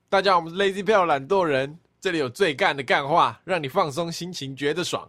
大家好，我们是 Lazy Bell 懒惰人，这里有最干的干话，让你放松心情，觉得爽。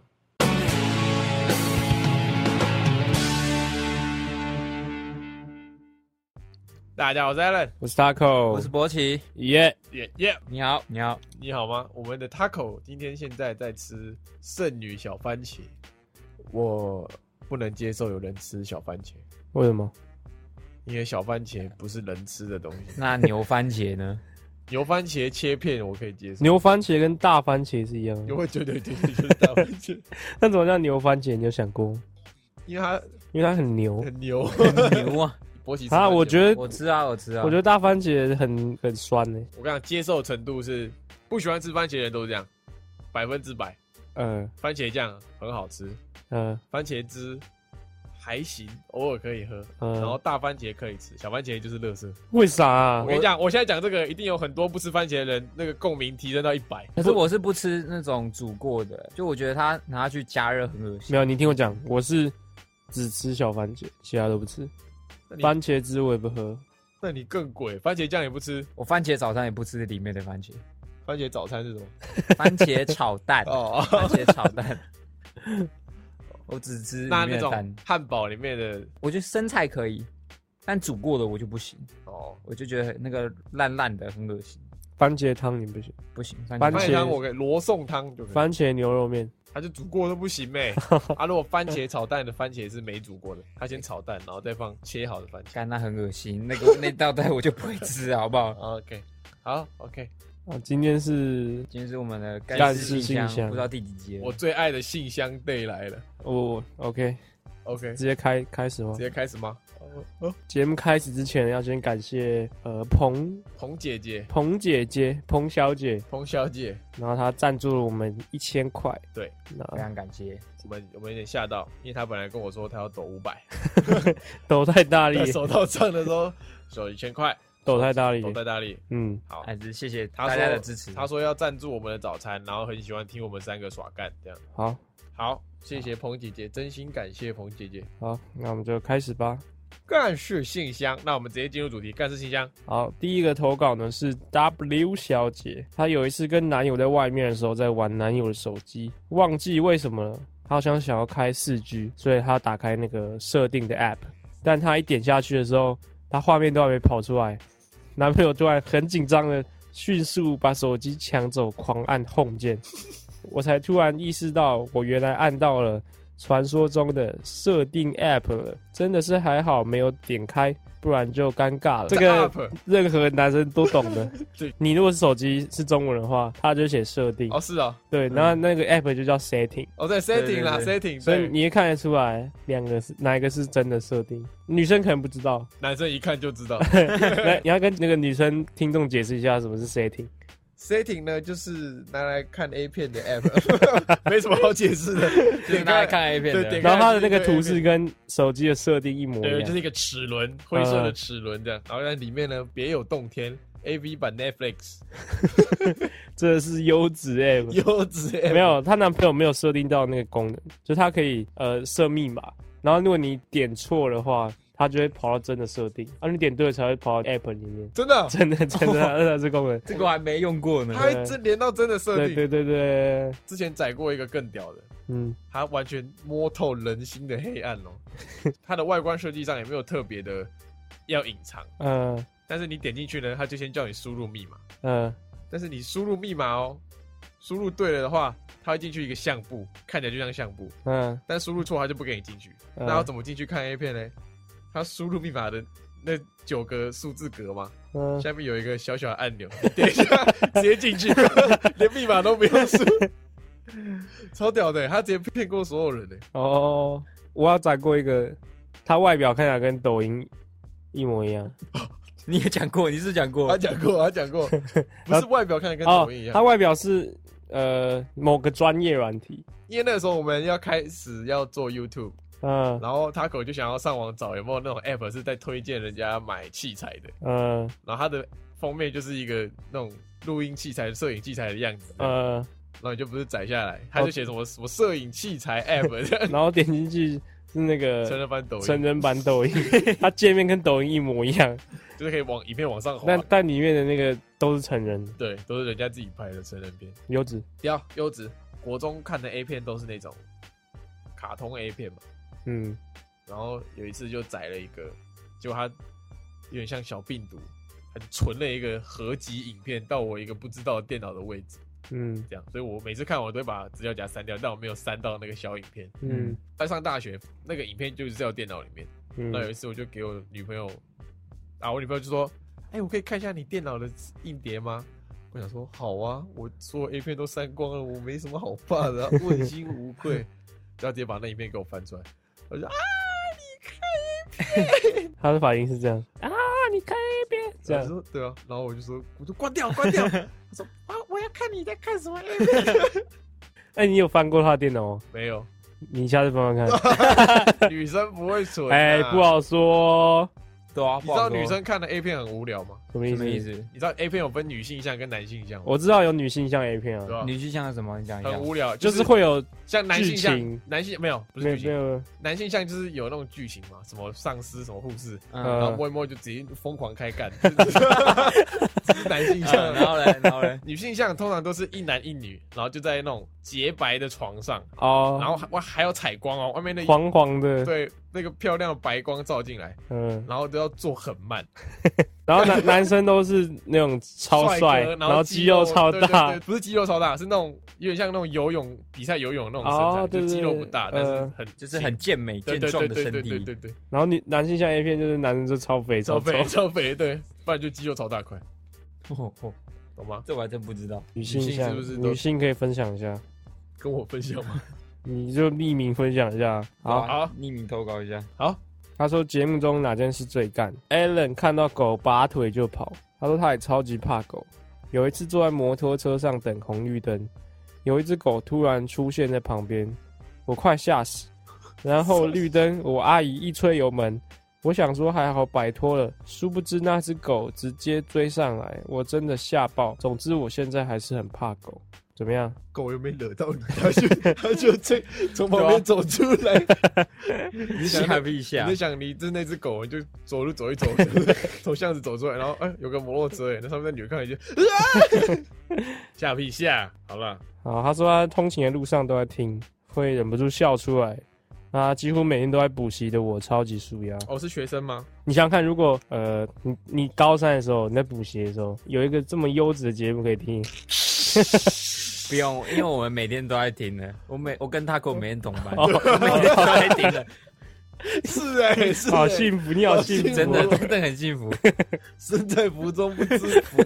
大家好，我是 Alan， 我是 Taco， 我是博奇， 耶， 你好，你好， 你好吗？我们的 Taco 今天现在在吃剩女小番茄，我不能接受有人吃小番茄， 为什么？ 因为小番茄不是人吃的东西。 那牛番茄呢？ 牛番茄切片我可以接受， 牛番茄跟大番茄是一样的。 对，就是大番茄。 那怎么叫牛番茄？你有想过？ 因为它很牛， 很牛， 很牛啊！ 啊，我觉得我知啊，我觉得大番茄很酸呢。 我跟你讲，接受程度是不喜欢吃番茄的人都是这样，100%。番茄酱很好吃，番茄汁还行，偶尔可以喝，然后大番茄可以吃，小番茄就是垃圾。 为啥啊？ 我跟你讲，我现在讲这个，一定有很多不吃番茄的人，那个共鸣提升到100。 可是我是不吃那种煮过的，就我觉得它拿它去加热很恶心。 没有，你听我讲，我是只吃小番茄，其他都不吃。番茄汁我也不喝。 那你更鬼，番茄酱也不吃。 我番茄早餐也不吃里面的番茄。 番茄早餐是什么？ 番茄炒蛋。 哦， 番茄炒蛋。我只吃里面的蛋。 那种汉堡里面的， 我觉得生菜可以，但煮过的我就不行。 哦， 我就觉得那个烂烂的很恶心。 番茄汤你不行？ 不行， 番茄汤我给罗宋汤就可以。 番茄牛肉面， 它就煮过都不行咩？如果番茄炒蛋的番茄是没煮过的，它先炒蛋，然后再放切好的番茄， 干那很恶心，那道菜我就不会吃，好不好 ？OK， 好 OK。 今天是我们的干事信箱，不知道第几集了。 我最爱的信箱 day 来了。 OK， 直接开始吗？ 直接开始吗？ 节目开始之前，要先感谢彭小姐，然后她赞助了我们1000块， 对， 非常感谢。 我们有点吓到，因为她本来跟我说她要抖500， 抖太大力， 手到账的时候手1000块，抖太大力， 好，还是谢谢大家的支持。 他说要赞助我们的早餐，然后很喜欢听我们3个耍干，这样。好，谢谢彭姐姐，真心感谢彭姐姐。 好，那我们就开始吧。 干事信箱，那我们直接进入主题。干事信箱， 好，第一个投稿呢是 W 小姐，她有一次跟男友在外面的时候，在玩男友的手机，忘记为什么了，她好像想要开4G，所以她打开那个设定的 App， 但她一点下去的时候，她画面都还没跑出来，男朋友突然很紧张的迅速把手机抢走，狂按 Home 键，我才突然意识到，我原来按到了传说中的设定 App 了，真的是还好没有点开，不然就尴尬了。这个任何男生都懂的。你如果是手机是中文的话，它就写设定。 哦，是哦， 对，然后那个 App 就叫 Setting。 哦，对 ，Setting 啦 ，Setting。 所以你也看得出来，哪一个是真的设定。女生可能不知道， 男生一看就知道。 来，你要跟那个女生听众解释一下什么是 Setting。Setting 呢，就是拿来看 A 片的 app， 没什么好解释的， 就是拿来看 A 片的。 然后它的那个图示跟手机的设定一模一样， 对，就是一个齿轮，灰色的齿轮这样。然后在里面呢，别有洞天 ，AV 版 Netflix， 这是优质 app， 优质 app。 没有，她男朋友没有设定到那个功能，就他可以设密码，然后如果你点错的话，它就会跑到真的设定，你点对了才会跑到 App 里面。真的，这功能， 这个我还没用过呢。 它会连到真的设定。 对。 之前载过一个更屌的，它完全摸透人心的黑暗哦。它的外观设计上也没有特别的要隐藏，但是你点进去呢，它就先叫你输入密码，但是你输入密码哦，输入对了的话，它会进去一个相簿，看起来就像相簿，但输入错它就不给你进去。那要怎么进去看 A 片呢？他输入密码的那9个数字格嘛，下面有一个小小的按钮，点一下直接进去，连密码都不用输，超屌的，他直接骗过所有人的。 哦，我要载过一个，他外表看起来跟抖音一模一样。 你也讲过，你是讲过， 他讲过，不是外表看起来跟抖音一样， 他外表是某个专业软体， 因为那个时候我们要开始要做 YouTube。然后Taco就想要上网找有没有那种 app 是在推荐人家买器材的，然后它的封面就是一个那种录音器材、摄影器材的样子，然后你就不是载下来，它就写什么摄影器材 app， 然后点进去是那个成人版抖音， 成人版抖音，它界面跟抖音一模一样， 就是可以影片往上滑。 但里面的那个都是成人， 对，都是人家自己拍的成人片。 优质， 优质。国中看的 A 片都是那种卡通 A 片嘛，然后有一次就载了一个，结果它有点像小病毒，它就存了一个合集影片到我一个不知道的电脑的位置。这样，所以我每次看我都会把资料夹删掉，但我没有删到那个小影片。在上大学，那个影片就是在我电脑里面。那有一次我就给我女朋友，我女朋友就说：“我可以看一下你电脑的硬碟吗？”我想说好啊，我所有 A 片都删光了，我没什么好怕的，问心无愧。就直接把那影片给我翻出来，我就说你看 A 片， 他的反应是这样你看 A 片，这样说对啊，然后我就关掉。他说我要看你在看什么 A 片。你有翻过他的电脑吗？ 没有， 你下次翻翻看。 女生不会存， 不好说。对啊， 你知道女生看的 A 片很无聊吗？ 什么意思？ 你知道 A 片有分女性向跟男性向吗？ 我知道有女性向 A 片啊， 女性向是什么？你讲一下。 很无聊， 就是会有像男性向，男性没有，不是剧情， 没有， 男性向就是有那种剧情嘛，什么丧尸，什么护士，然后摸一摸就直接疯狂开干，这是男性向。 然后嘞， 女性向通常都是一男一女，然后就在那种洁白的床上然后还有采光哦，外面那黄黄的， 对，那个漂亮的白光照进来，然后都要做很慢。 然后男生都是那种超帅，然后肌肉超大， 对，不是肌肉超大，是那种有点像那种游泳比赛游泳那种身材，就肌肉不大，但是就是很健美健壮的身体。 对。 然后男性像 A 片就是男生就超肥， 超肥，对，不然就肌肉超大块。懂吗？ 这我还真不知道。 女性是不是？ 女性可以分享一下， 跟我分享吗？ 你就匿名分享一下。 好，匿名投稿一下。 好。 他说节目中哪件事最干 ？Alan 看到狗拔腿就跑。他说他也超级怕狗。有一次坐在摩托车上等红绿灯，有一只狗突然出现在旁边，我快吓死。然后绿灯，我阿姨一吹油门，我想说还好摆脱了，殊不知那只狗直接追上来，我真的吓爆。总之我现在还是很怕狗。怎么样？ 狗又没惹到你，他就从旁边走出来。 你吓一下， 你想你是那只狗，你就走路走一走，从巷子走出来，然后有个摩托车，那上面的女的看一下，吓屁吓。好了， 好，他说他通勤的路上都在听，会忍不住笑出来。他几乎每天都在补习的我超级舒压。 是学生吗？ 你想想看，如果你高三的时候你在补习的时候，有一个这么优质的节目可以听。 不用，因为我们每天都在听的。我跟他每天同班，我每天都在听的。 是好幸福，你好幸福， 真的很幸福。 身在福中不知福。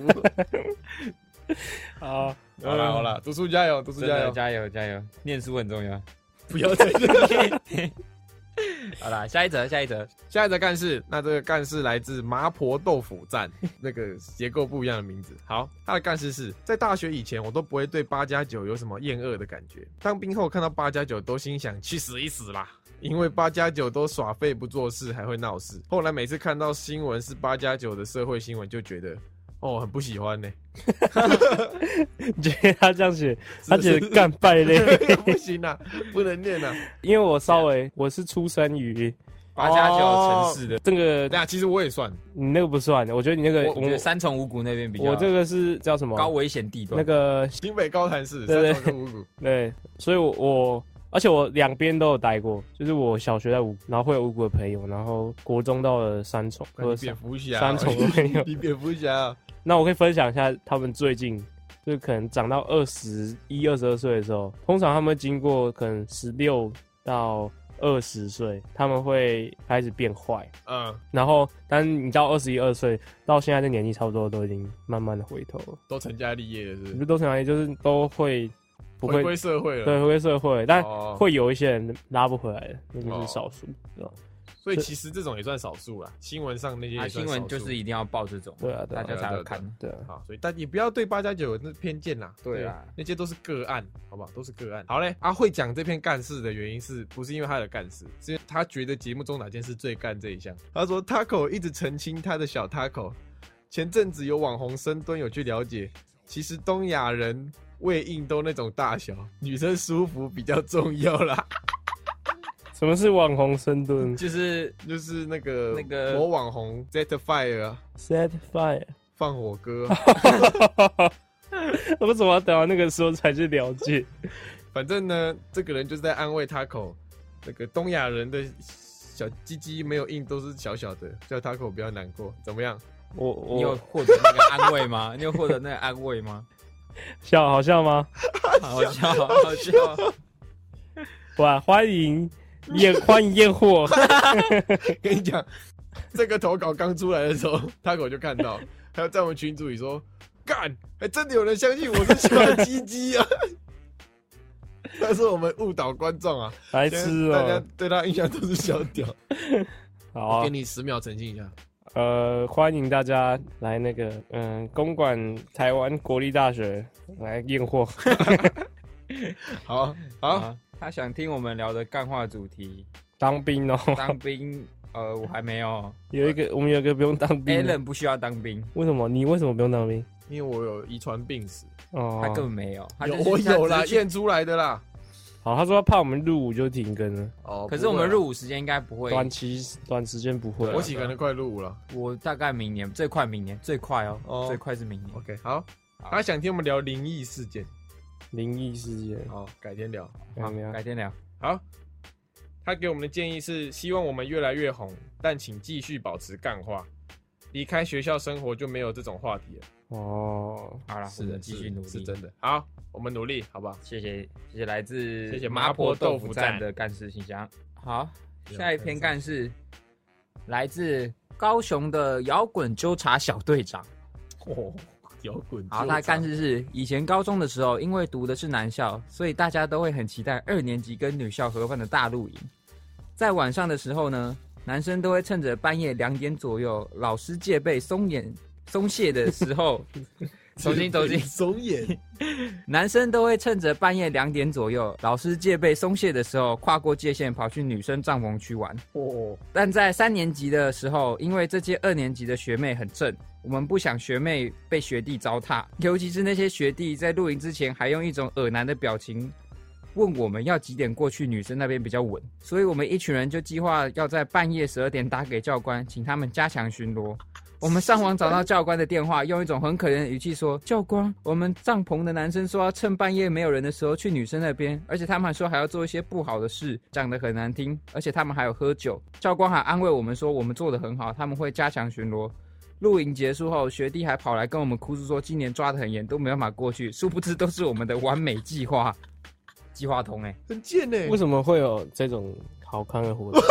好了，读书加油， 加油，念书很重要。 不要再念。 好啦，下一则干事。那这个干事来自麻婆豆腐站，那个结构不一样的名字。好，他的干事是在大学以前我都不会对8+9有什么厌恶的感觉，当兵后看到8+9都心想去死一死啦，因为8+9都耍废不做事还会闹事。后来每次看到新闻是8+9的社会新闻，就觉得很不喜欢呢。 你觉得他这样写，他写的干败类不行啊，不能念啊。 因为我是出生于 8+9城市的这个， 其实我也算， 你那个不算的。我觉得你那个， 我觉得三重五股那边比较， 我这个是叫什么高危险地段， 那个新北高潭市三重跟五股。 对，所以而且我两边都有待过，就是我小学在五股，然后会有五股的朋友，然后国中到了三重， 蝙蝠侠， 三重的朋友， 你蝙蝠侠。 那我可以分享一下他们最近，就是可能长到21、22岁的时候，通常他们经过可能16到20岁，他们会开始变坏。然后，但你到21、22岁，到现在这年纪差不多都已经慢慢的回头了， 都成家立业了，是不是？ 不是都成家立业，就是都会不会回归社会了。 对，回归社会，但会有一些人拉不回来的，那就是少数，对吧？ 所以其实这种也算少数啦，新闻上那些也算少数。 新闻就是一定要报这种， 对啊， 大家才会看。 对啊， 好，所以但也不要对8+9有那偏见啦。 对啊， 那些都是个案，好不好？都是个案。好嘞，会讲这篇干事的原因是不是因为他的干事？是因为他觉得节目中哪件事最干这一项。他说 Taco 一直澄清他的小 Taco， 前阵子有网红深蹲有去了解，其实东亚人胃硬都那种大小，女生舒服比较重要啦。 什么是网红深蹲？ 就是那个某网红 Zetfire 啊 ，Zetfire 放火歌。 我为什么要等到那个时候才去了解？ 反正呢，这个人就是在安慰Taco，那个东亚人的小鸡鸡没有硬，都是小小的，叫Taco不要难过。怎么样？ 你有获得那个安慰吗？你有获得那个安慰吗？ 好笑吗？ 好笑。 哇，欢迎验货。 跟你讲，这个投稿刚出来的时候，Taco就看到，还有在我们群组里说，干，还真的有人相信我是小鸡鸡啊！但是我们误导观众啊， 白痴哦！ 大家对他印象都是小屌。 好啊， 我给你10秒澄清一下。 欢迎大家来那个公馆台湾国立大学来验货。 好， 他想听我们聊的干话主题， 当兵哦。 当兵，我还没有。 我们有一个不用当兵。 Alan 不需要当兵， 为什么？你为什么不用当兵？ 因为我有遗传病史。 他根本没有。 我有啦，验出来的啦。 好，他说他怕我们入伍就停更了。 可是我们入伍时间应该不会， 短时间不会。 我可能快入伍了。 我大概明年，最快明年，最快最快是明年。 OK， 好。他想听我们聊灵异事件。 灵异事件， 好，改天聊。 改天聊。 好。他给我们的建议是，希望我们越来越红，但请继续保持干话。离开学校生活就没有这种话题了。 好了，是的，继续努力， 是真的。好，我们努力，好不好？ 谢谢来自麻婆豆腐站的干事信箱。好，下一篇干事来自高雄的摇滚纠察小队长。 摇滚。 好，他的干事是以前高中的时候，因为读的是男校，所以大家都会很期待2年级跟女校合办的大露营。在晚上的时候呢，男生都会趁着半夜2点左右，老师戒备松懈的时候，走进。 松眼。 男生都会趁着半夜2点左右，老师戒备松懈的时候，跨过界限跑去女生帐篷去玩。但在3年级的时候，因为这届2年级的学妹很正，我们不想学妹被学弟糟蹋，尤其是那些学弟在露营之前还用一种恶男的表情问我们要几点过去女生那边比较稳，所以我们一群人就计划要在半夜12点打给教官，请他们加强巡逻。我们上网找到教官的电话，用一种很可怜的语气说，教官，我们帐篷的男生说要趁半夜没有人的时候去女生那边，而且他们还说还要做一些不好的事，讲得很难听，而且他们还有喝酒。教官还安慰我们说我们做得很好，他们会加强巡逻。露营结束后，学弟还跑来跟我们哭诉说今年抓得很严，都没办法过去，殊不知都是我们的完美计划。计划通很贱为什么会有这种好看的活动？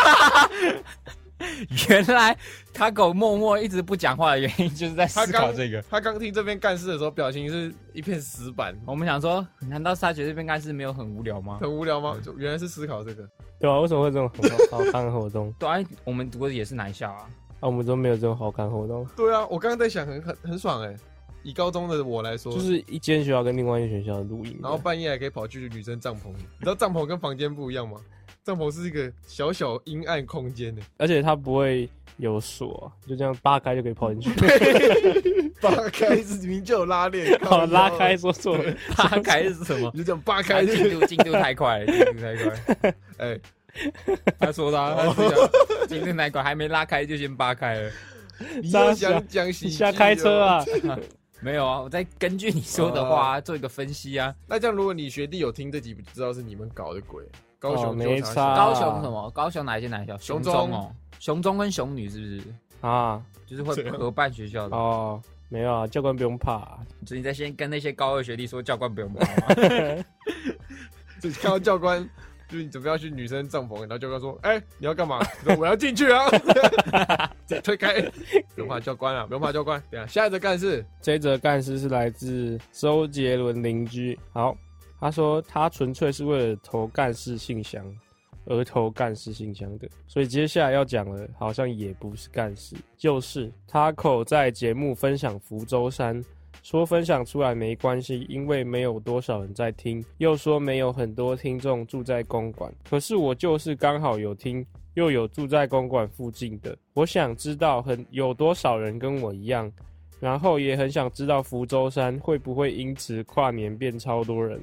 原来他狗默默一直不讲话的原因就是在思考这个。 他刚听这边干事的时候，表情是一片死板。 我们想说，难道沙姐这边干事没有很无聊吗？ 很无聊吗？就原来是思考这个。 对啊，为什么会这种好看的活动？ 对啊，我们读的也是男校啊， 我们都没有这种好看活动。 对啊，我刚刚在想，很爽以高中的我来说， 就是一间学校跟另外一间学校的露营， 然后半夜还可以跑去女生帐篷。你知道帐篷跟房间不一样吗？帐篷是一个小小阴暗空间而且它不会有锁，就这样扒开就可以跑进去。 扒开是明明就有拉链。 拉开说错了， 扒开是什么？ 你就这样扒开， 进度太快了，进度太快。他说的进度太快，还没拉开就先扒开了。 你又想讲喜剧？ 你瞎开车啊？ 没有啊，我在根据你说的话做一个分析啊。 那这样，如果你学弟有听这集，不知道是你们搞的鬼。高雄没差。 高雄什么？高雄哪一间男校？雄中哦，雄中跟雄女是不是啊？ 就是会合办学校的哦。没有啊，教官不用怕。 所以你在先跟那些高2学弟说，教官不用怕吗？ 就看到教官，就是你准备要去女生帐篷，然后教官说：“你要干嘛？”你说：“我要进去啊！”再推开，不用怕教官啊，不用怕教官。对啊，下一则干事， 这则干事是来自周杰伦邻居。好。他说他纯粹是为了投干事信箱而投干事信箱的，所以接下来要讲的好像也不是干事，就是Taco在节目分享福州山，说分享出来没关系，因为没有多少人在听，又说没有很多听众住在公馆，可是我就是刚好有听，又有住在公馆附近的，我想知道有多少人跟我一样，然后也很想知道福州山会不会因此跨年变超多人。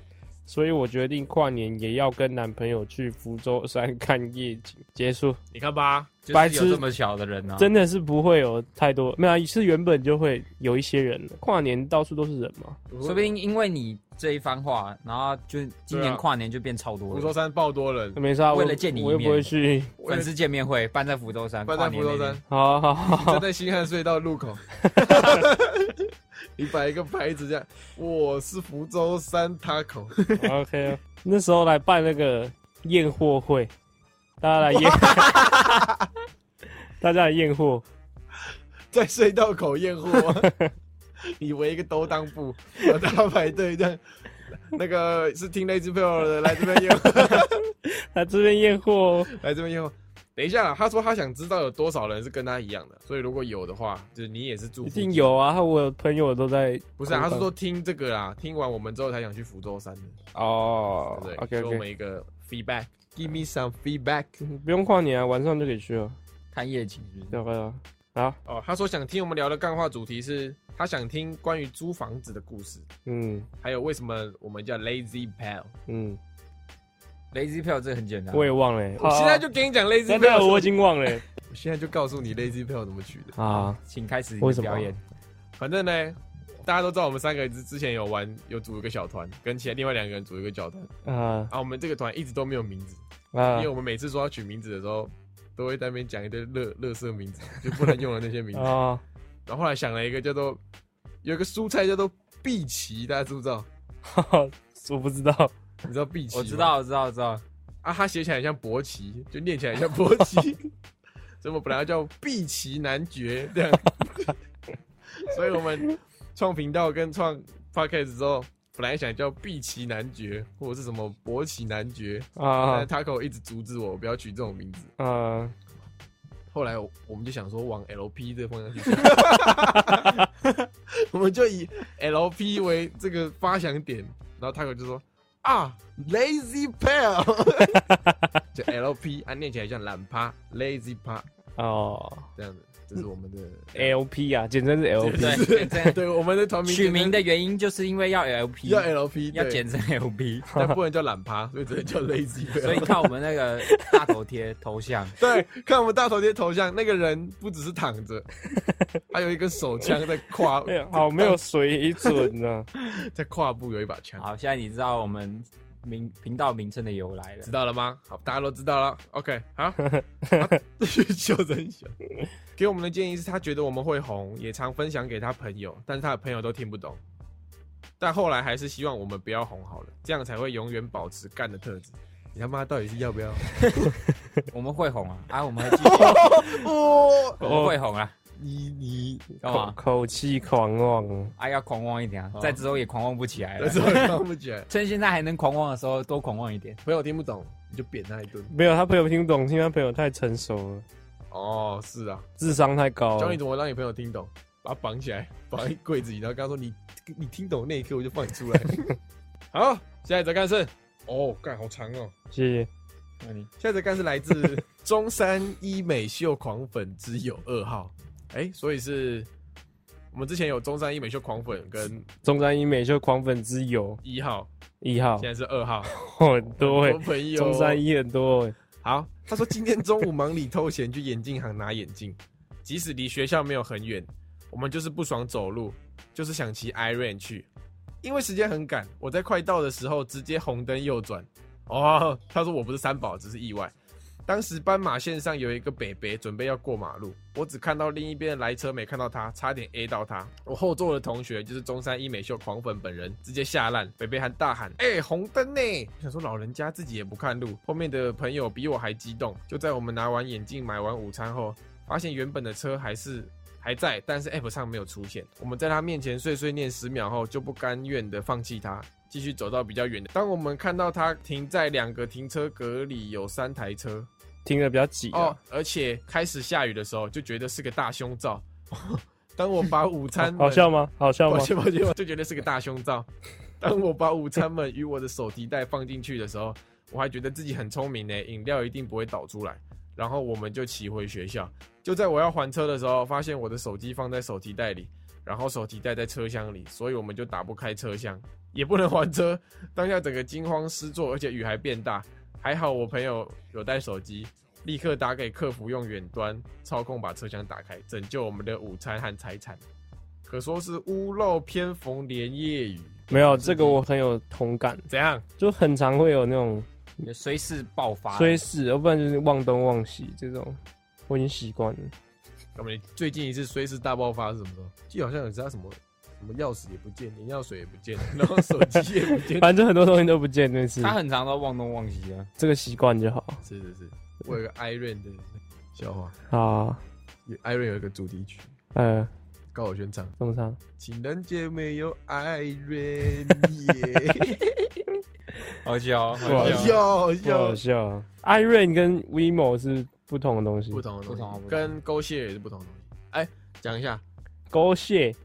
所以我决定跨年也要跟男朋友去福州山看夜景。结束。 你看吧， 就是有这么小的人啊， 真的是不会有太多，没有，是原本就会有一些人的。跨年到处都是人嘛， 说不定因为你这一番话，然后就今年跨年就变超多人。 福州山爆多人， 没事啊， 为了见你一面， 我又不会去粉丝见面会办在福州山， 办在福州山， 好， 站在新汉隧道路口，你摆一个牌子这样，我是福州山Taco。 OK， 那时候来办那个验货会，大家来验，大家来验货， 在隧道口验货吗？以为一个兜裆布，大家排队这样。那个是听 Lazy Pearl 的，来这边验货， 来这边验货， 来这边验货。等一下，他说他想知道有多少人是跟他一样的，所以如果有的话，就是你也是住。 一定有啊，我有朋友都在。 不是啊，他是说听这个啦，听完我们之后才想去福州山的。 哦， 对 ，OK， 给我们一个 feedback，give me some feedback。 不用跨年啊，晚上就可以去了， 看夜景是不是？ 对啊。好哦，他说想听我们聊的干话主题是，他想听关于租房子的故事，还有为什么我们叫 Lazy Pal，Lazy Pal 这个很简单， 我也忘了， 我现在就跟你讲 Lazy Pal， 我已经忘了， 我现在就告诉你 Lazy Pal 怎么取的啊，请开始你的表演。 反正呢，大家都知道我们3个之前有组一个小团，跟另外2个人组一个小团啊，我们这个团一直都没有名字啊，因为我们每次说要取名字的时候，都会在那边讲一堆垃圾名字，就不能用的那些名字啊。然后后来想了一个有一个蔬菜叫做碧琪，大家知不知道？ 我不知道， 你知道碧琪吗？ 我知道啊，它写起来很像勃起，就念起来很像勃起，所以我们本来要叫碧琪男爵这样。所以我们创频道跟创 podcast 之后，本来想叫碧琪男爵或者是什么勃起男爵啊，但 Taco 一直阻止我不要取这种名字啊。后来我们就想说往 LP 这个方向去想，我们就以 LP 为这个发想点，然后 Taco 就说啊 Lazy Pal， 就 LP 啊，念起来像懒趴 Lazy Pal 哦，这样子。这是我们的 LP 啊，简称是 LP。 对，我们的团名取名的原因就是因为要 LP， 要 LP， 要简称 LP， 但不能叫懒趴，所以只能叫 Lazy。 所以看我们那个大头贴头像， 对，看我们大头贴头像，那个人不只是躺着，还有一根手枪在胯， 好没有水准呢， 在胯部有一把枪。 好，现在你知道我们频道名称的由来了， 知道了吗？好，大家都知道了。OK， 好，就真小。给我们的建议是他觉得我们会红，也常分享给他朋友，但是他的朋友都听不懂。但后来还是希望我们不要红好了，这样才会永远保持干的特质。你他妈到底是要不要？ 我们会红啊！我们会继续，我们会红啊！ 你干嘛？ 口气狂妄啊！要狂妄一点啊！在之后也狂妄不起来了， 在之后也狂妄不起来。 趁现在还能狂妄的时候，多狂妄一点。 朋友听不懂，你就扁他一顿。 没有，他朋友听不懂，因为他朋友太成熟了。 哦，是啊， 智商太高了。 教你怎么让你朋友听懂，把他绑起来，绑在柜子里，然后跟他说你听懂那一刻我就放你出来。好，下一则干事。哦，干好长哦。 谢谢。 那你下一则干事来自中山医美秀狂粉之友2号。所以是我们之前有中山医美秀狂粉跟中山医美秀狂粉之友 1号，现在是2号， 很多很多朋友， 中山医很多好，他说今天中午忙里偷闲去眼镜行拿眼镜，即使离学校没有很远，我们就是不爽走路，就是想骑 Iron 去，因为时间很赶，我在快到的时候直接红灯右转。哦，他说我不是三宝，只是意外。当时斑马线上有一个北北准备要过马路，我只看到另一边的来车，没看到他，差点 A 到他。我后座的同学就是中山医美秀狂粉本人，直接吓烂。北北还大喊：“红灯呢！”想说老人家自己也不看路。后面的朋友比我还激动。就在我们拿完眼镜、买完午餐后，发现原本的车还在，但是 App 上没有出现。我们在他面前碎碎念10秒后，就不甘愿的放弃他，继续走到比较远的。当我们看到他停在2个停车格里，有3台车。 停得比较挤而且开始下雨的时候，就觉得是个大胸罩。当我把午餐好笑吗？好笑吗？ 抱歉，就觉得是个大胸罩。当我把午餐们与我的手提袋放进去的时候，我还觉得自己很聪明呢，饮料一定不会倒出来。然后我们就骑回学校。就在我要还车的时候，发现我的手机放在手提袋里， 然后手提袋在车厢里，所以我们就打不开车厢，也不能还车。当下整个惊慌失措，而且雨还变大。还好我朋友有带手机，立刻打给客服，用远端操控把车厢打开，拯救我们的午餐和财产。可说是屋漏偏逢连夜雨。 没有这个我很有同感。 怎样？ 就很常会有那种随时爆发， 随时，要不然就是忘东忘西这种，我已经习惯了。 那么你最近一次随时大爆发是什么时候？记得好像有他什么钥匙也不见，眼药水也不见，然后手机也不见， 反正很多东西都不见那次。 他很常都忘东忘西啊， 这个习惯就好。 是，我有个 Iron 的笑话啊 ，Iron 有一个主题曲，高晓轩唱， 怎么唱？ 情人节没有 Iron 耶， 好笑， 好笑。Iron 跟 WeMo 是不同的东西， 不同的东西，跟 GoShare 也是不同的东西。哎，讲一下 GoShare，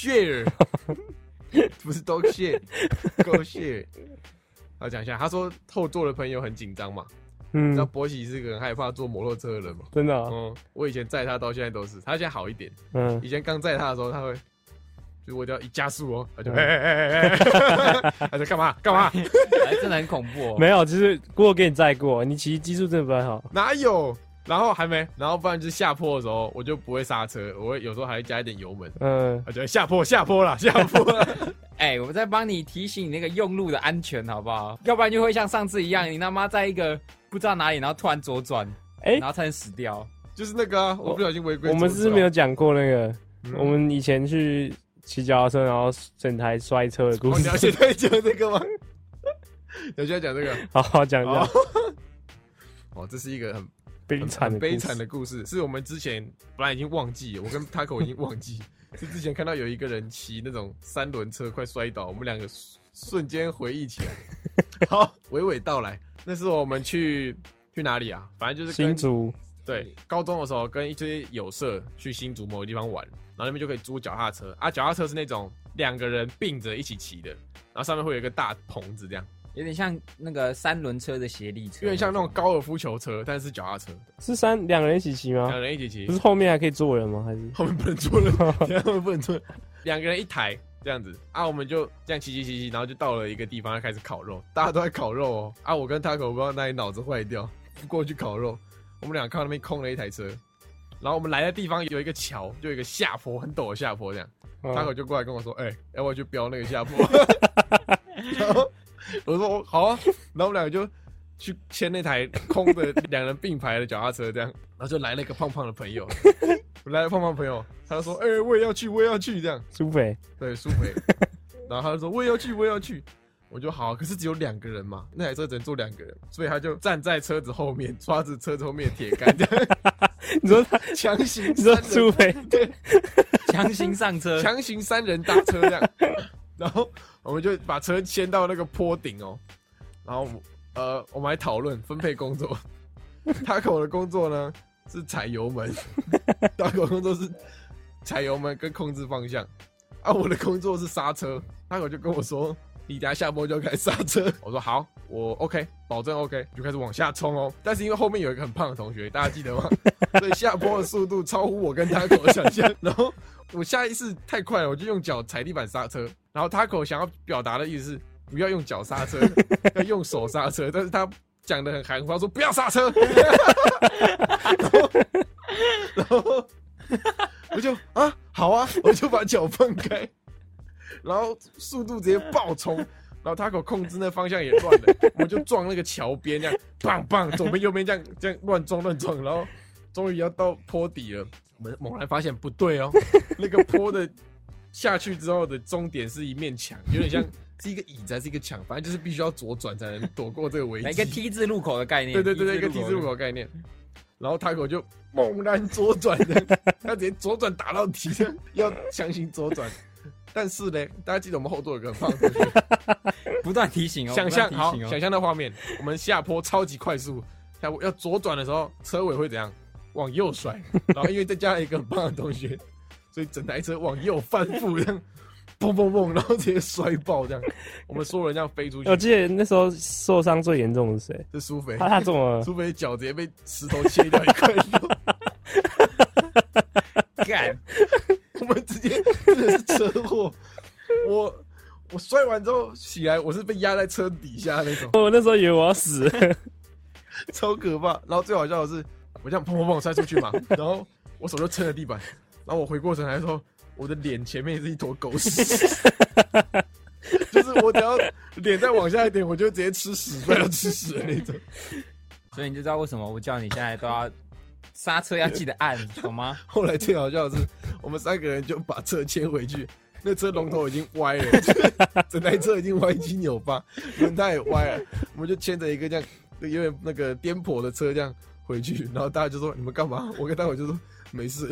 不是 Dog Share，GoShare。好，讲一下，他说后座的朋友很紧张嘛。你知道博喜是个很害怕坐摩托车的人吗？ 真的哦。 我以前载他到现在都是，他现在好一点。以前刚载他的时候，他会，就是我只要一加速哦，他就他就干嘛？ 真的很恐怖哦。 没有，就是我给你载过，你其实技术真的不太好。 哪有？然后还没，然后不然就是下坡的时候，我就不会刹车，我会有时候还会加一点油门。我觉得下坡啦。 我在帮你提醒你那个用路的安全，好不好？要不然就会像上次一样，你他妈在一个不知道哪里，然后突然左转，然后差点死掉。 就是那个我不小心违规。 我们是没有讲过那个，我们以前去骑脚踏车，然后整台摔车的故事。 你要现在讲这个吗？你现在讲这个？ 好讲。 这是一个很悲惨的故事，是我们之前本来已经忘记了，我跟 Taco 已经忘记，是之前看到有一个人骑那种3轮车快摔倒，我们两个瞬间回忆起来。好，娓娓道来。那时候我们去哪里啊？反正就是新竹。 对，高中的时候跟一堆友社去新竹某个地方玩，然后那边就可以租脚踏车啊。脚踏车是那种2个人并着一起骑的，然后上面会有一个大棚子这样。 有点像那个3轮车的协力车， 有点像那种高尔夫球车，但是脚踏车。 是2个人一起骑吗 ？2人一起骑， 不是后面还可以坐人吗？还是后面不能坐人？后面不能坐，2个人一台这样子啊，我们就这样骑，然后就到了一个地方，开始烤肉，大家都在烤肉哦。啊，我跟 Taco 不知道哪里脑子坏掉，过去烤肉，我们俩看到那边空了一台车，然后我们来的地方有一个桥，就有一个下坡，很陡的下坡这样。Taco 就过来跟我说：“要不要去飙那个下坡？”然后我说好啊，然后我们两个就去牵那台空的2人并排的脚踏车，这样，然后就来了一个胖胖的朋友，来了胖胖朋友，他就说我也要去，这样。 苏肥， 对，苏肥，然后他就说我也要去，我就好，可是只有2个人嘛，那台车只能坐2个人，所以他就站在车子后面，抓着车子后面的铁杆，这样。 你说他强行， 你说苏肥对， 强行上车， 强行3人搭车这样。然后我们就把车牵到那个坡顶哦，然后我们还讨论分配工作。Taco 的工作呢是踩油门，Taco 的工作是踩油门跟控制方向，啊，我的工作是刹车。Taco 就跟我说：“你等下下坡就要开始刹车。”我说：“好，我 OK， 保证 OK。”就开始往下冲哦。但是因为后面有一个很胖的同学，大家记得吗？所以下坡的速度超乎我跟 Taco 的想象。然后我下意识太快了，我就用脚踩地板刹车。然后 Taco 想要表达的意思是不要用脚刹车，要用手刹车，但是他讲得很含糊，他说不要刹车。然后我就好啊，我就把脚放开，然后速度直接爆冲，然后 Taco 控制那方向也乱了，我就撞那个桥边，这样棒棒，左边右边这样乱撞，然后终于要到坡底了，我们猛然发现不对哦，那个坡的下去之后的终点是一面墙，有点像是一个椅子还是一个墙，反正就是必须要左转才能躲过这个危机。 一个 T 字路口的概念。 对，一个 T 字路口的概念。然后 Taco 就猛然左转的，他直接左转打到底，要强行左转。但是呢，大家记得我们后座有个很胖的同学， 不断提醒哦。 想象那画面，我们下坡超级快速，要左转的时候，车尾会怎样？往右甩。然后因为再加了一个很胖的同学，所以整台车往右翻覆，这样砰砰砰，然后直接摔爆，这样我们所有人这样飞出去。 我记得那时候受伤最严重的是谁？ 是苏肥。 他怎么了？ 苏肥脚直接被石头切掉一块肉。 干！ 我们们直接真的是车祸。我摔完之后起来，我是被压在车底下那种。 我那时候以为我要死了， 超可怕。然后最好笑的是，我这样砰砰砰摔出去嘛，然后我手就撑着地板，然后我回过神来的时候，我的脸前面是一坨狗屎，就是我只要脸再往下一点，我就直接吃屎，摔到吃屎的那种。 所以你就知道为什么我叫你现在都要刹车要记得按，懂吗？ 后来最好笑的是，我们3个人就把车牵回去。那车龙头已经歪了，整台车已经歪七扭八，轮胎也歪了。我们就牵着一个这样有点那个颠簸的车这样回去，然后大家就说：“你们干嘛？”我跟大伙就说：“没事。”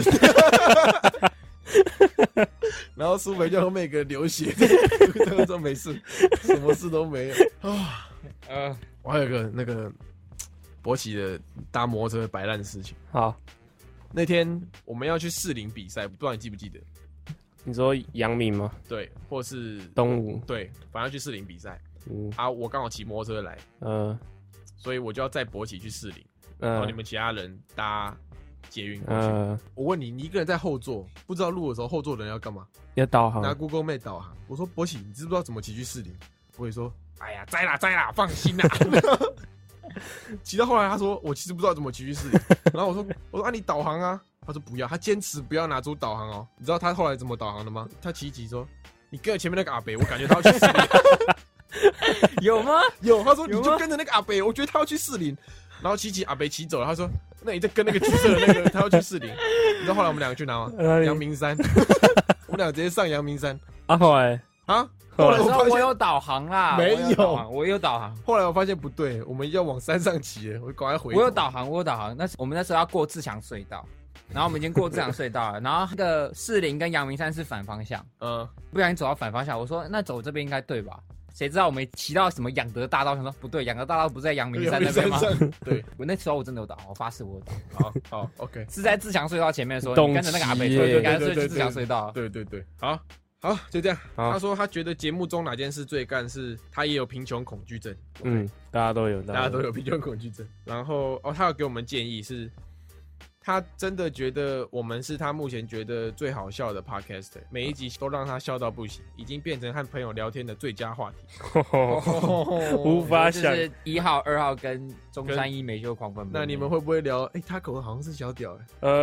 然后苏梅就后面一个流血，他们说没事，什么事都没有啊。我还有个那个博奇的搭摩托车摆烂的事情。 好，那天我们要去士林比赛，不知道你记不记得？ 你说阳明吗？ 对，或是东吴？ 对，反正去士林比赛。我刚好骑摩托车来，所以我就要载博奇去士林，然后你们其他人搭捷运过去。我问你，你一个人在后座，不知道路的时候，后座的人要干嘛？ 要导航， 拿 Google Map 导航。我说博奇，你知不知道怎么骑去士林？博奇说：“哎呀，摘啦，放心啦。”骑到后来，他说：“我其实不知道怎么骑去士林。”然后我说：“啊，你导航啊。”他说不要，他坚持不要拿出导航哦。你知道他后来怎么导航的吗？他骑一骑说：“你跟着前面那个阿北，我感觉他要去士林。” 有吗？ 有。他说：“你就跟着那个阿北，我觉得他要去士林。”然后骑阿北骑走了。他说：“那你再跟那个橘色的那个，他要去士林。”你知道后来我们2个去哪吗？阳明山。我们2个直接上阳明山。 后来后来我有导航啦， 没有， 我有导航。 后来我发现不对，我们要往山上骑了，我赶快回。 我有导航。我们那时候要过自强隧道。然后我们已经过自强隧道了，然后那个士林跟阳明山是反方向，不小心走到反方向，我说那走这边应该对吧？谁知道我们骑到什么养德大道，想说不对，养德大道不是在阳明山那边吗？ 对， 我那时候我真的有导，我发誓我有导。 好 ，OK， 是在自强隧道前面的时候，你跟着那个阿北就干脆去自强隧道。 对，好，就这样。他说他觉得节目中哪件事最干是他也有贫穷恐惧症。 大家都有贫穷恐惧症。然后他有给我们建议是。他真的觉得我们是他目前觉得最好笑的 podcast， 每一集都让他笑到不行，已经变成和朋友聊天的最佳话题。 无法想， 就是1号、2号跟中山一美秀狂奔。 那你们会不会聊？他口好像是小屌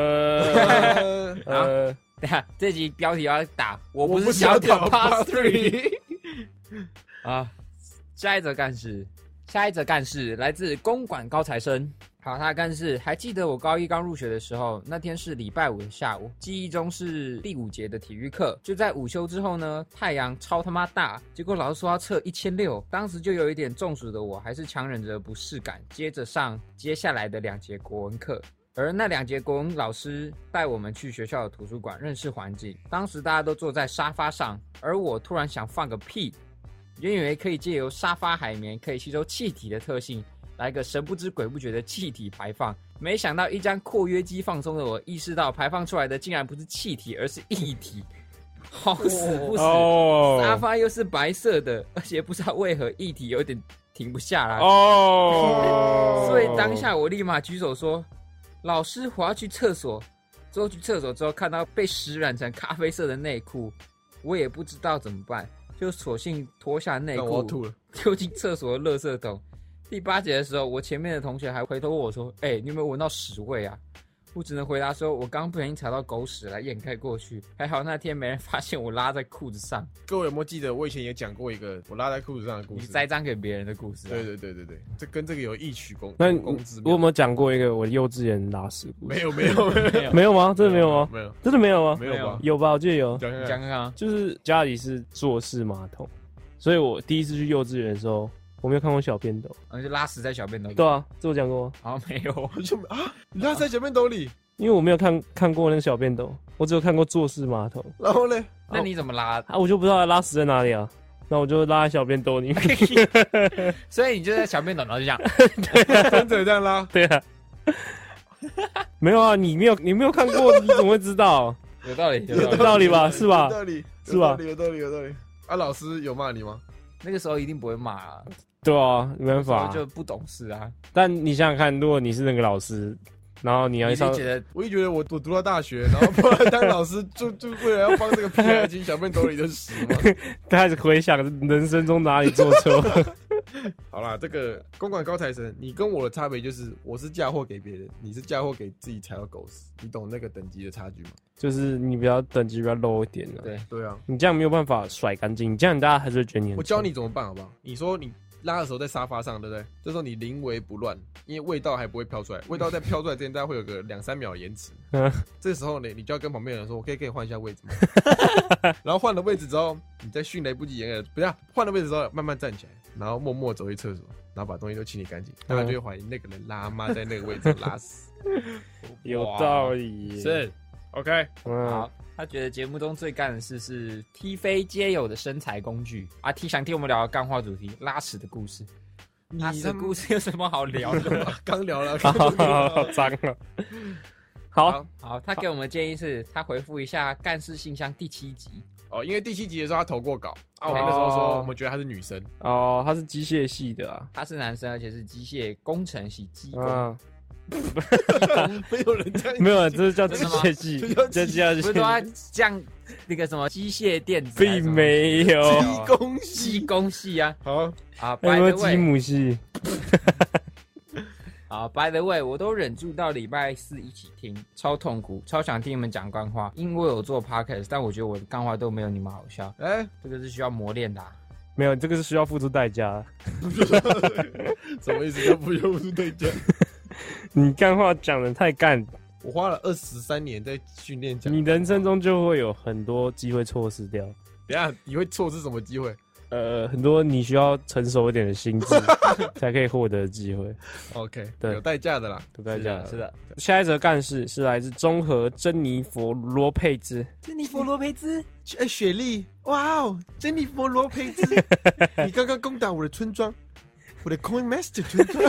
等下这集标题要打，我不是小屌 Part 3。下一则干事来自公馆高材生。好，他的干事还记得我高1刚入学的时候，那天是礼拜5的下午，记忆中是第5节的体育课。就在午休之后呢，太阳超他妈大，结果老师说要测1600，当时就有一点中暑的我，还是强忍着不适感，接着上接下来的2节国文课。而那2节国文老师带我们去学校的图书馆认识环境。当时大家都坐在沙发上，而我突然想放个屁，原以为可以借由沙发海绵可以吸收气体的特性，来个神不知鬼不觉的气体排放，没想到一张括约肌放松的我，意识到排放出来的竟然不是气体，而是液体。好死不死，沙发又是白色的，而且不知道为何液体有点停不下来。所以当下我立马举手说：“老师，我要去厕所。”之后去厕所之后，看到被湿染成咖啡色的内裤，我也不知道怎么办，就索性脱下内裤，丢进厕所的垃圾桶。第8节的时候，我前面的同学还回头问我说：“你有没有闻到屎味啊？”我只能回答说：“我刚不小心踩到狗屎来掩盖过去。”还好那天没人发现我拉在裤子上。 各位有没有记得我以前也讲过一个我拉在裤子上的故事？ 你栽赃给别人的故事。 对，这跟这个有异曲同工之妙。 我有没有讲过一个我幼稚园拉屎故事？ 没有吗？真的没有吗？ 没有， 真的没有吗？ 没有吧？ 有吧？我记得有。 讲看看啊。 就是家里是坐式马桶，所以我第一次去幼稚园的时候，我没有看过小便斗。 就拉屎在小便斗里。 对啊，这我讲过吗？ 好，没有。 你拉在小便斗里？ 因为我没有看过那个小便斗，我只有看过坐式马桶。 然后呢？ 那你怎么拉？ 我就不知道拉屎在哪里啊。那我就拉在小便斗里面。 所以你就在小便斗，然后就这样， 跟着这样拉。 对啊。没有啊，你没有看过，你怎么会知道？ 有道理， 有道理吧？是吧？ 有道理， 是吧？ 有道理。老师有骂你吗？ 那个时候一定不会骂啊。 对啊，没办法， 就不懂事啊。 但你想想看，如果你是那个老师， 然后你要上， 我一觉得我读到大学，然后后来当老师，就为了要帮这个屁孩进小便斗里的屎吗？ 开始回想人生中哪里做错。 好啦，这个公馆高材生，你跟我的差别就是，我是嫁祸给别人，你是嫁祸给自己踩到狗屎，你懂那个等级的差距吗？ 就是你比较等级比较 low 一点对啊， 你这样没有办法甩干净，这样大家还是会觉得你很。 我教你怎么办好不好？你说你拉的时候在沙发上，对不对？这时候你临危不乱，因为味道还不会飘出来，味道在飘出来之前，大概会有个2-3秒的延迟。这时候呢，你就要跟旁边的人说：“我可以跟你换一下位置吗？”然后换了位置之后，你再迅雷不及掩耳，不要换了位置之后慢慢站起来，然后默默走去厕所，然后把东西都清理干净，大家就会怀疑那个人拉妈在那个位置拉屎。 有道理， 是 OK。 好。他觉得节目中最干的事是踢飞皆有的身材工具啊！想听我们聊的干话主题拉屎的故事。拉屎的故事有什么好聊的？ 刚聊了， 好脏啊！好， 他给我们的建议是，他回复一下干事信箱第7集。 因为第7集的时候他投过稿啊，我们那时候说我们觉得他是女生他是机械系的啊， 他是男生，而且是机械工程系机工。 没有人这样， 没有，这是叫机械系， 这叫不是说像那个什么机械电子， 并没有机工系啊。 好啊， 有没有机母系？ 好 ，by the way， 我都忍住到礼拜4一起听，超痛苦，超想听你们讲干话。因为我有做 podcast， 但我觉得我的干话都没有你们好笑。这个是需要磨练的。 没有，这个是需要付出代价。 什么意思？要付出代价？ 你干话讲得太干， 我花了23年在训练讲。 你人生中就会有很多机会错失掉。 等一下，你会错失什么机会？ 很多你需要成熟一点的心智才可以获得的机会。 OK， 对， 有代价的啦， 有代价的， 是的。 下一则干事是来自中和珍妮佛罗佩兹。 珍妮佛罗佩兹， 雪莉，哇哦，珍妮佛罗佩兹，你刚刚攻打我的村庄，我的 Coin Master 村庄。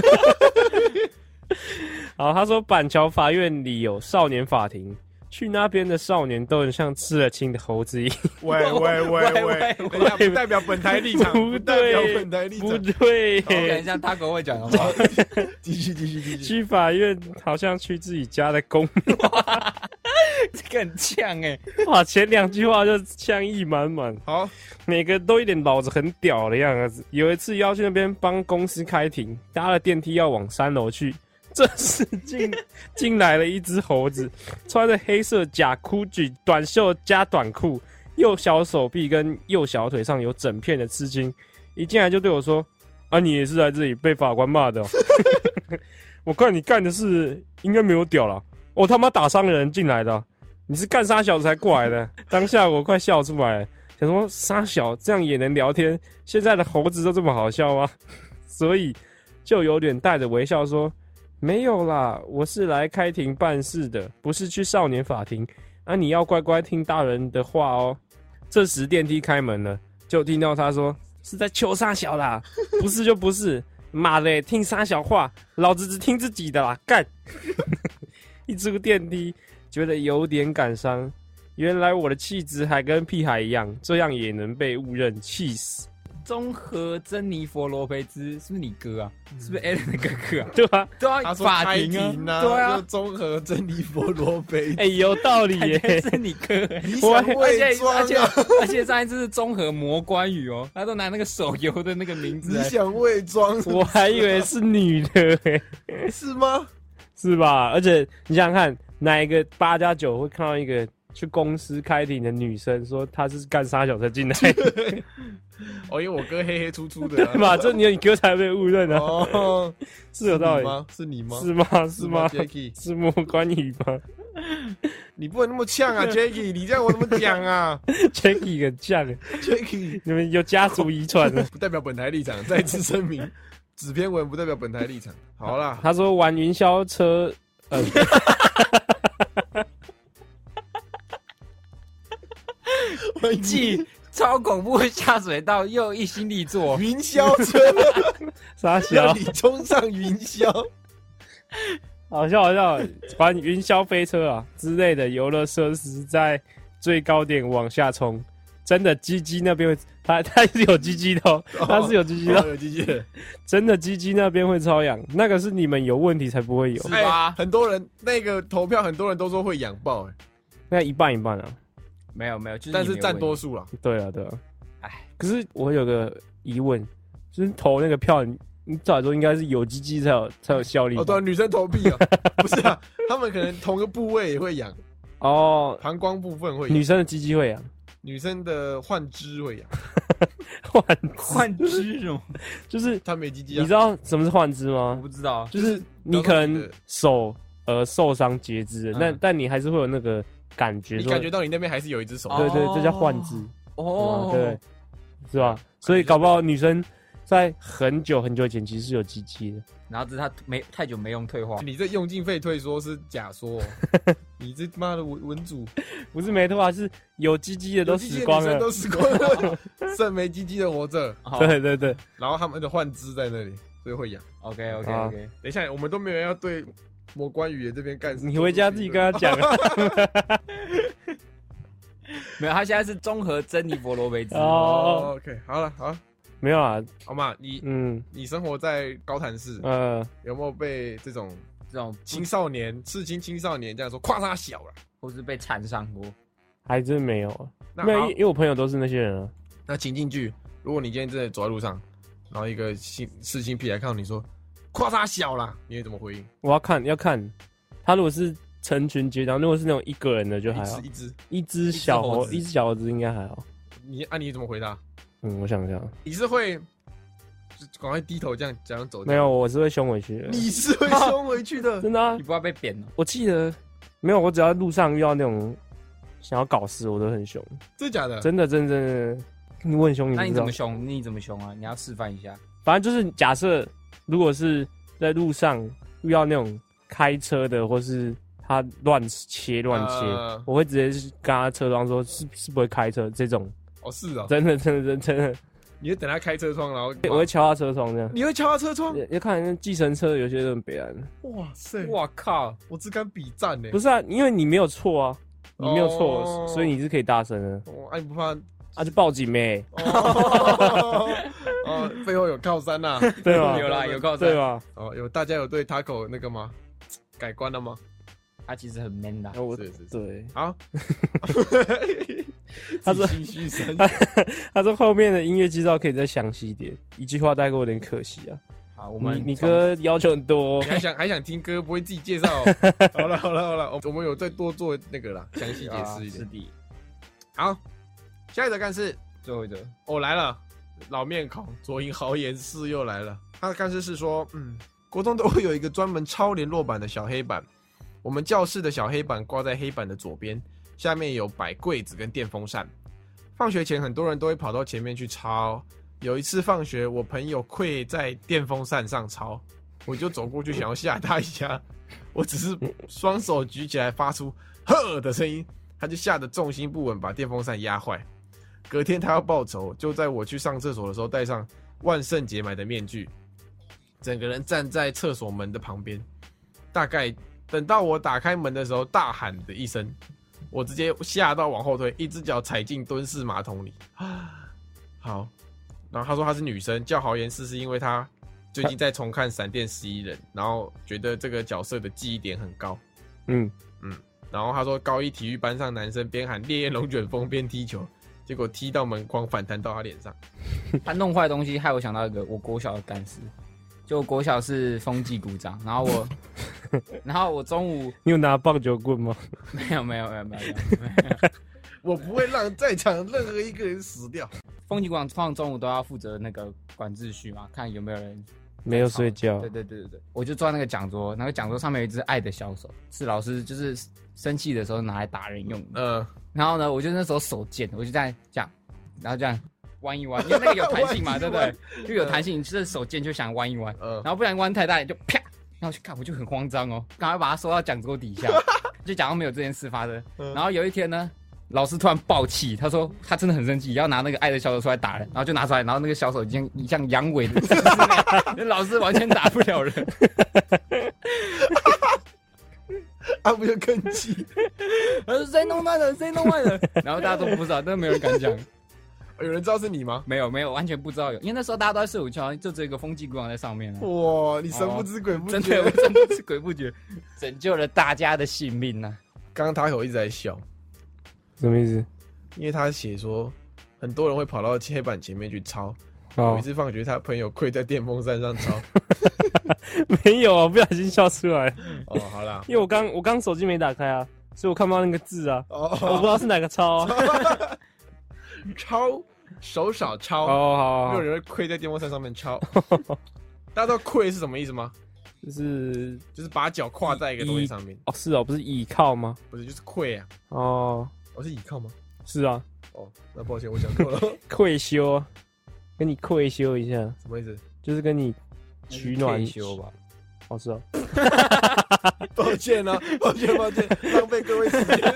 好，他说板桥法院里有少年法庭，去那边的少年都很像吃了青的猴子一样。 喂，等一下，不代表本台立场，不代表本台立场， 不对。 等一下，他狗会讲的话。 继续。 去法院好像去自己家的公墓。 这个很呛哇，前2句话就呛意满满。 好， 每个都一脸老子很屌的样子。有一次要去那边帮公司开庭，搭了电梯要往3楼去。这时进来了一只猴子，穿着黑色假Gucci短袖加短裤，右小手臂跟右小腿上有整片的刺青。一进来就对我说：“啊，你也是来这里被法官骂的哦。”我看你干的事应该没有屌了。我他妈打伤人进来的，你是干啥小子才过来的？当下我快笑出来了，想说傻小这样也能聊天？现在的猴子都这么好笑吗？所以就有点带着微笑说。没有啦，我是来开庭办事的，不是去少年法庭。你要乖乖听大人的话哦。这时电梯开门了，就听到他说：“是在求杀小啦，不是就不是，妈的，听杀小话，老子只听自己的啦，干！”一出电梯，觉得有点感伤。原来我的气质还跟屁孩一样，这样也能被误认，气死！ 综合珍妮佛罗培兹是不是你哥啊？是不是 Alan 的哥哥啊？ 对啊， 对啊，法庭啊，对啊，综合珍妮佛罗培兹， 有道理耶， 是你哥， 你想伪装啊？ 而且上一次是综合魔关羽哦，他都拿那个手游的那个名字， 你想伪装？ 我还以为是女的耶， 是吗？ 是吧？而且你想想看，哪一个8+9会看到一个去公司开庭的女生说她是干啥小才进来？ 因为我哥黑黑粗粗的， 对嘛？这你哥才被误认啊！是有道理吗？是你吗？ 是吗？是吗 ？Jacky 是魔关羽吗？ 你不能那么呛啊 ，Jacky！ 你这样我怎么讲啊 ？Jacky 很呛 ，Jacky， 你们有家族遗传的， 不代表本台立场。再次声明，纸篇文不代表本台立场。好啦， 他说玩云霄车， 继超恐怖下水道又一心力作云霄车， 傻小， 你冲上云霄， 好笑，玩云霄飞车啊之类的游乐设施，在最高点往下冲， 真的鸡鸡那边会，它是有鸡鸡的哦，它是有鸡鸡的， 有鸡鸡的， 真的鸡鸡那边会超痒，那个是你们有问题才不会有， 是吧？ 很多人那个投票，很多人都说会痒爆， 那一半一半啊， 没有，就是但是占多数啦。 对啊，可是我有个疑问，就是投那个票，你照理说应该是有鸡鸡才有效力。 哦，对啊，女生投币啊，不是啊，他们可能同个部位也会痒。 哦， 膀胱部分会痒， 女生的鸡鸡会痒， 女生的幻肢会痒。 幻肢哦， 就是她没鸡鸡啊。 你知道什么是幻肢吗？ 我不知道， 就是你可能手受伤截肢了，但你还是会有那个感觉， 你感觉到你那边还是有一只手。 对，这叫幻肢。 哦， 对，是吧？所以搞不好女生在很久以前其实是有鸡鸡的。 然后只是他太久没用退化， 你这用进废退说是假说，你这妈的文主不是没退化，是有鸡鸡的都死光了， 都死光了，剩没鸡鸡的活着。 对， 然后他们的幻肢在那里，所以会痒。 OK， 等一下，我们都没有要对魔关羽这边干事， 你回家自己跟他讲啊。 没有，他现在是综合珍妮佛罗培兹。 哦 ，OK， 好了。 没有啊， 好嘛，你生活在高潭市，有没有被这种青少年刺青青少年这样说夸他小了， 或是被缠上过？ 还真没有啊，没有，因为我朋友都是那些人啊。 那情境剧，如果你今天真的走在路上，然后一个刺青癖来看到你说夸他小了，你会怎么回应？ 我要看他如果是成群结党，如果是那种一个人的就还好，一只小猴子应该还好。 你怎么回答？ 我想一下， 你是会赶快低头这样走？ 没有，我是会凶回去的。 你是会凶回去的， 真的啊？ 你不要被扁了。 我记得没有，我只要路上遇到那种想要搞事，我都很凶。 真的假的？ 真的，你问凶， 那你怎么凶？你怎么凶啊？你要示范一下。 反正就是假设，如果是在路上遇到那种开车的，或是他乱切，我会直接跟他车窗说是不会开车这种。 哦，是啊， 真的， 你会等他开车窗，然后我会敲他车窗这样。 你会敲他车窗？ 要看计程车，有些都很北岸。 哇塞！ 哇靠！ 我只敢比战呢。 不是啊，因为你没有错啊，你没有错，所以你是可以大声的。 你不怕？ 就报警呗。 背后有靠山呐， 对吧？ 有啦，有靠山， 对吧？ 大家有对 Taco 那个吗？改观了吗？ 他其实很 man 的， 是， 对， 好。 他说心虚声， 他说后面的音乐介绍可以再详细一点，一句话带过有点可惜啊。 好， 你哥要求很多， 你还想听歌，不会自己介绍。好了，我们有再多做那个啦，详细解释一点。 是的。 好，下一则干事， 最后一则， 来了，老面孔，左营豪言师又来了。他的干事是说，国中都会有一个专门抄联络板的小黑板，我们教室的小黑板挂在黑板的左边，下面有摆柜子跟电风扇。放学前很多人都会跑到前面去抄。有一次放学，我朋友跪在电风扇上抄，我就走过去想要吓他一下，我只是双手举起来发出呵的声音，他就吓得重心不稳，把电风扇压坏。隔天他要报仇，就在我去上厕所的时候戴上万圣节买的面具，整个人站在厕所门的旁边。大概等到我打开门的时候，大喊的一声，我直接吓到往后退，一只脚踩进蹲式马桶里。好，然后他说他是女生，叫豪言师是因为他最近在重看《闪电11人》，然后觉得这个角色的记忆点很高。然后他说高一体育班上男生边喊烈焰龙卷风边踢球，结果踢到门框反弹到他脸上。 他弄坏东西害我想到一个我国小的干事，就国小是风纪股长，然后我中午你有拿棒球棍吗？ 没有， 我不会让在场任何一个人死掉。 风纪股长通常中午都要负责那个管秩序嘛，看有没有人没有睡觉。 对，我就坐在那个讲桌，那个讲桌上面有一只爱的小手，是老师就是生气的时候拿来打人用的。然后呢，我就那时候手贱，我就这样，然后这样弯一弯，因为那个有弹性嘛，对不对？就有弹性，你这手贱就想弯一弯，然后不然弯太大就啪，然后去看我就很慌张哦，赶快把它收到讲桌底下，就假装没有这件事发生。然后有一天呢，老师突然爆气，他说他真的很生气，要拿那个爱的小手出来打人，然后就拿出来，然后那个小手已经像阳痿的姿势那样，老师完全打不了人。 他不就更气？ 他说谁弄坏的？然后大家都不知道，但没有人敢讲。 有人知道是你吗？ 没有，完全不知道有，因为那时候大家都在射虎桥，就只有一个风纪股长在上面。 哇，你神不知鬼不觉， 真的，我神不知鬼不觉，拯救了大家的性命啊！ 刚刚他有一直在笑， 什么意思？ 因为他写说很多人会跑到黑板前面去抄。有一次放学，他朋友跪在电风扇上抄。 没有啊，不小心笑出来。 哦，好啦， 因为我刚手机没打开啊，所以我看不到那个字啊。我不知道是哪个抄啊。 抄，手少抄。 好。 没有人会跪在电风扇上面抄。大家知道跪是什么意思吗？就是把脚跨在一个东西上面。 哦，是哦，不是倚靠吗？ 不是，就是跪啊。 哦， 是倚靠吗？ 是啊。 哦，那抱歉，我讲错了。 愧羞。跟你愧羞一下， 什么意思？ 就是跟你取暖羞吧。 哦，是哦。 抱歉啊，抱歉，浪费各位时间。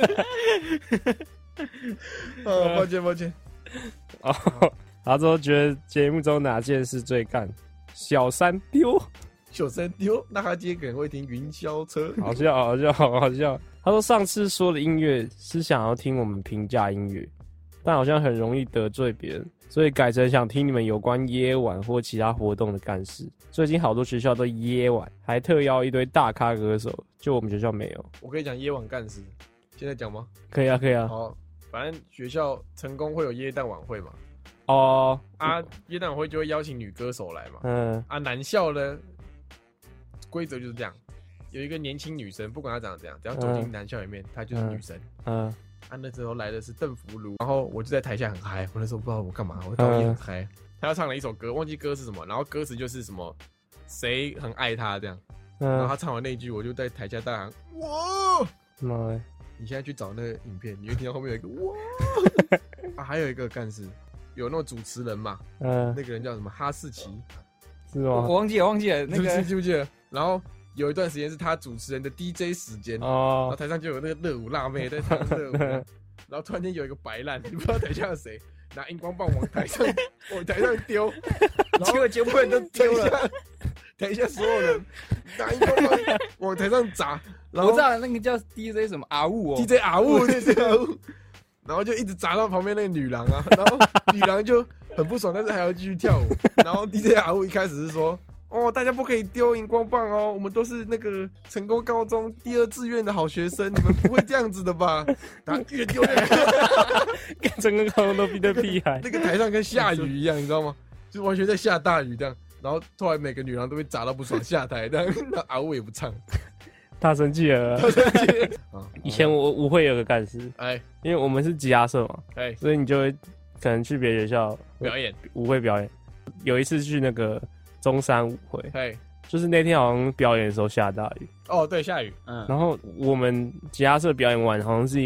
抱歉。 哦，然后之后觉得节目中哪件事最干？小三丢，那他今天可能会听云霄车。好笑。他说上次说的音乐是想要听我们评价音乐，但好像很容易得罪别人。所以改成想听你们有关耶晚或其他活动的干事。最近好多学校都耶晚，还特邀一堆大咖歌手，就我们学校没有。 我可以讲耶晚干事，现在讲吗？ 可以啊。 好，反正学校成功会有耶诞晚会嘛。耶诞晚会就会邀请女歌手来嘛。男校呢，规则就是这样，有一个年轻女生，不管她长得怎样，只要走进男校里面，她就是女神。那时候来的是邓福如，然后我就在台下很嗨，我那时候不知道我干嘛，我导演很嗨。他要唱了一首歌，忘记歌是什么，然后歌词就是什么谁很爱他这样。然后他唱完那一句，我就在台下大喊哇！妈耶！你现在去找那个影片，你会听到后面有一个哇还有一个干事，有那种主持人嘛，那个人叫什么哈士奇， 是吗？ 我忘记了那个记不记得？然后有一段时间是他主持人的 DJ 时间，然后台上就有那个热舞辣妹在唱热舞，然后突然间有一个白烂，你不知道台下有谁，拿荧光棒往台上丢， 结果全部人都丢了， 台下所有人拿荧光棒往台上砸，然后我知道那个叫 DJ 什么阿雾 ，DJ 阿雾，然后就一直砸到旁边那个女郎啊，然后女郎就很不爽，但是还要继续跳舞，然后 DJ 阿雾一开始是说。大家不可以丢荧光棒哦！我们都是那个成功高中第2志愿的好学生，你们不会这样子的吧？然后越丢越成功高中都逼得屁孩， 那个台上跟下雨一样，你知道吗？就完全在下大雨这样。然后后来每个女郎都被砸到不爽下台，但阿雾也不唱， 他生气了。以前我舞会有个干事，因为我们是吉他社嘛，所以你就会可能去别的学校表演舞会表演。有一次去那个。中山舞会，就是那天好像表演的时候下大雨。 对，下雨。 然后我们吉他社表演完，好像是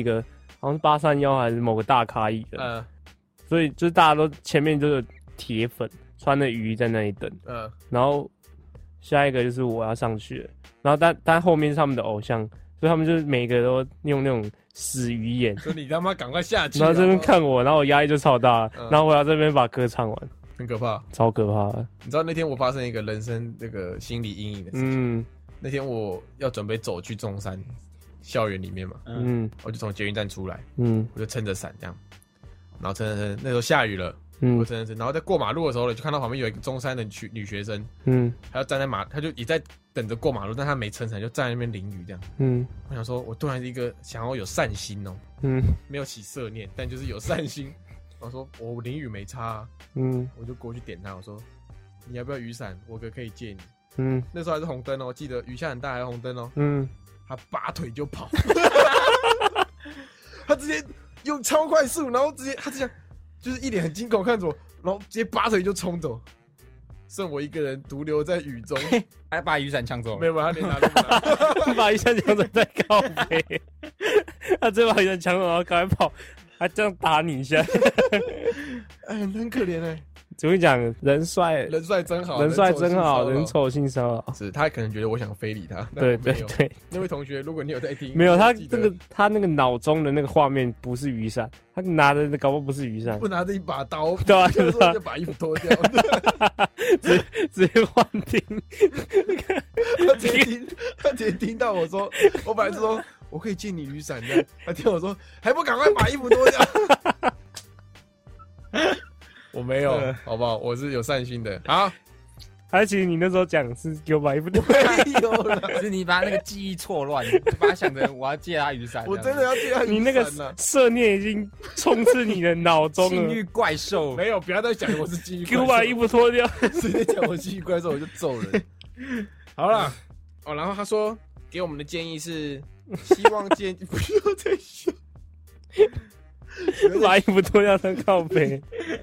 831还是某个大咖艺人，所以就是大家都前面就是铁粉，穿着雨衣在那里等。然后下一个就是我要上去了，然后但后面是他们的偶像，所以他们就是每个都用那种死鱼眼， 说你他妈赶快下去。 然后这边看我，然后我压力就超大，然后我要这边把歌唱完。 很可怕， 超可怕的。 你知道那天我发生一个人生那个心理阴影的事情。那天我要准备走去中山校园里面嘛，我就从捷运站出来，我就撑着伞这样，然后撑，那时候下雨了，我撑，然后在过马路的时候呢，就看到旁边有一个中山的女学生，她要站在她就也在等着过马路，但她没撑伞，就站在那边淋雨这样。我想说，我突然一个想要有善心哦，没有起色念，但就是有善心。我说我淋雨没差啊，我就过去点他，我说你要不要雨伞？我可以借你。那时候还是红灯哦，记得雨下很大还是红灯哦。他拔腿就跑，他直接用超快速，然后他这样就是一脸很惊恐看着我，然后直接拔腿就冲走，剩我一个人独留在雨中， 还把雨伞抢走了？ 没有，他连拿都不拿， 把雨伞抢走在靠北，他直接把雨伞抢走，然后赶快跑。还这样打你一下， 很可怜哎。 只会讲人帅真好， 人丑性骚扰。 是他可能觉得我想非礼他。 对。 那位同学，如果你有在听， 没有他那个脑中的那个画面不是雨伞，他拿的搞不好不是雨伞， 不拿着一把刀， 对啊， 就把衣服脱掉， 直接幻听。 他直接听到我说，我本来是说。我可以借你雨伞的，他听我说，还不赶快把衣服脱掉。 我没有，好不好？我是有善心的。好， 还其实你那时候讲是给我买一部， 没有了，是你把那个记忆错乱，把他想成我要借他雨伞。 我真的要借他雨伞。 你那个色念已经充斥你的脑中了。 性欲怪兽， 没有，不要再讲我是性欲怪兽。 给我把衣服脱掉， 直接讲我性欲怪兽，我就揍人。好了，然后他说给我们的建议是，希望不要再笑。 把衣服脱掉当靠背。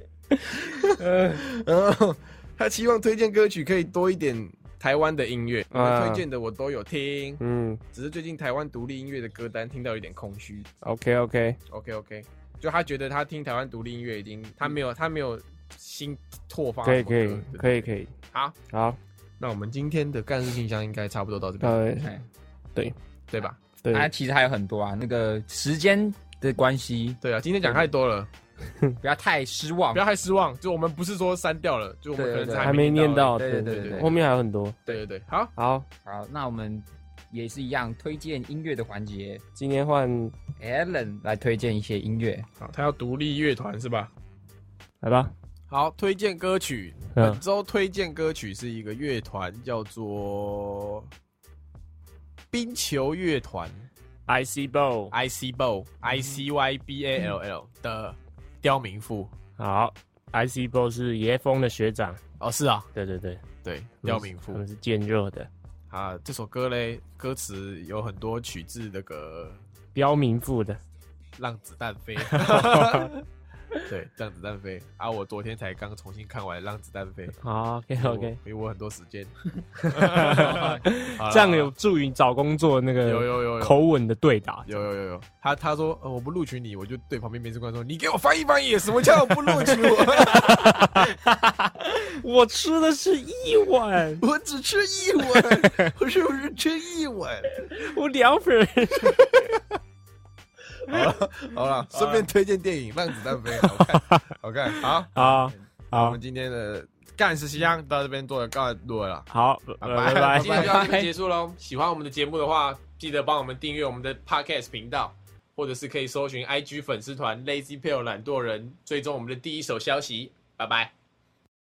然后他希望推荐歌曲可以多一点台湾的音乐，推荐的我都有听，只是最近台湾独立音乐的歌单听到有点空虚。 OK， 就他觉得他听台湾独立音乐已经他没有新拓发。 可以。好， 那我们今天的干事信箱应该差不多到这边。对吧？ 对，它其实还有很多啊，那个时间的关系。 对啊，今天讲太多了。 不要太失望， 就我们不是说删掉了，就我们可能还没念到， 对， 后面还有很多， 对，好， 那我们也是一样推荐音乐的环节， 今天换 Alan 来推荐一些音乐， 好，他要独立乐团是吧？ 来吧， 好，推荐歌曲，本周推荐歌曲是一个乐团，叫做冰球乐团 ICBall 的刁民父。 好 ，ICBall 是野风的学长。 哦，是啊， 对， 刁民父， 他们是渐热的。 啊，这首歌嘞，歌词有很多取自那个刁民父的《 让子弹飞》。对，让子弹飞啊！我昨天才刚重新看完《让子弹飞》。 好 ，OK， 给我很多时间。 这样有助于找工作那个有口吻的对答。 有。他说我不录取你，我就对旁边面试官说：“你给我翻译翻译，什么叫不录取我？” 我吃的是一碗， 我只吃一碗，我是不是吃一碗？ 我2份。 好了，顺便推荐电影《让子弹飞》，好看。好，我们今天的干事信箱到这边做告一段落了。 好，拜拜， 今天就到这边结束喽。喜欢我们的节目的话，记得帮我们订阅我们的 Podcast 频道，或者是可以搜寻 IG 粉丝团 Lazy Pill 懒惰人，追踪我们的第一手消息。拜拜。